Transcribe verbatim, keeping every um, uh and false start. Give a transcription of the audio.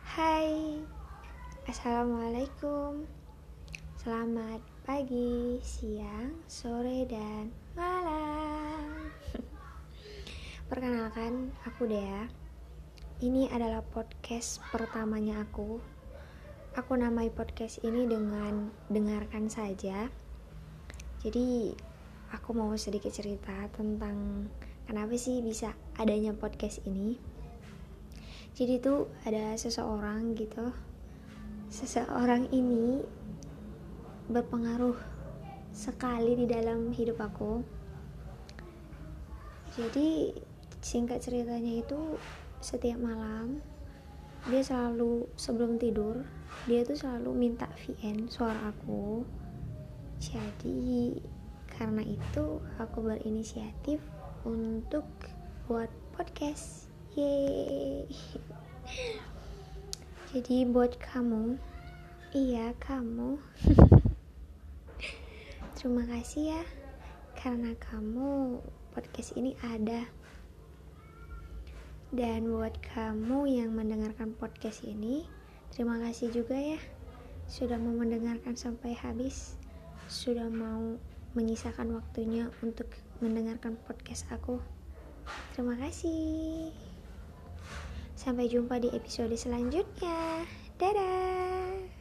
Hai, Assalamualaikum. Selamat pagi, siang, sore, dan malam. Perkenalkan, aku Dea. Ini adalah podcast pertamanya aku. Aku namai podcast ini dengan dengarkan saja. Jadi, aku mau sedikit cerita tentang kenapa sih bisa adanya podcast ini. Jadi tuh ada seseorang gitu. Seseorang ini berpengaruh sekali di dalam hidup aku. Jadi singkat ceritanya itu, setiap malam dia selalu sebelum tidur dia tuh selalu minta V N suara aku. Jadi karena itu aku berinisiatif untuk buat podcast. Yeay. Jadi buat kamu, iya kamu, terima kasih ya, karena kamu podcast ini ada. Dan buat kamu yang mendengarkan podcast ini, terima kasih juga ya, sudah mau mendengarkan sampai habis, sudah mau menyisakan waktunya untuk mendengarkan podcast aku. Terima kasih. Sampai jumpa di episode selanjutnya. Dadah.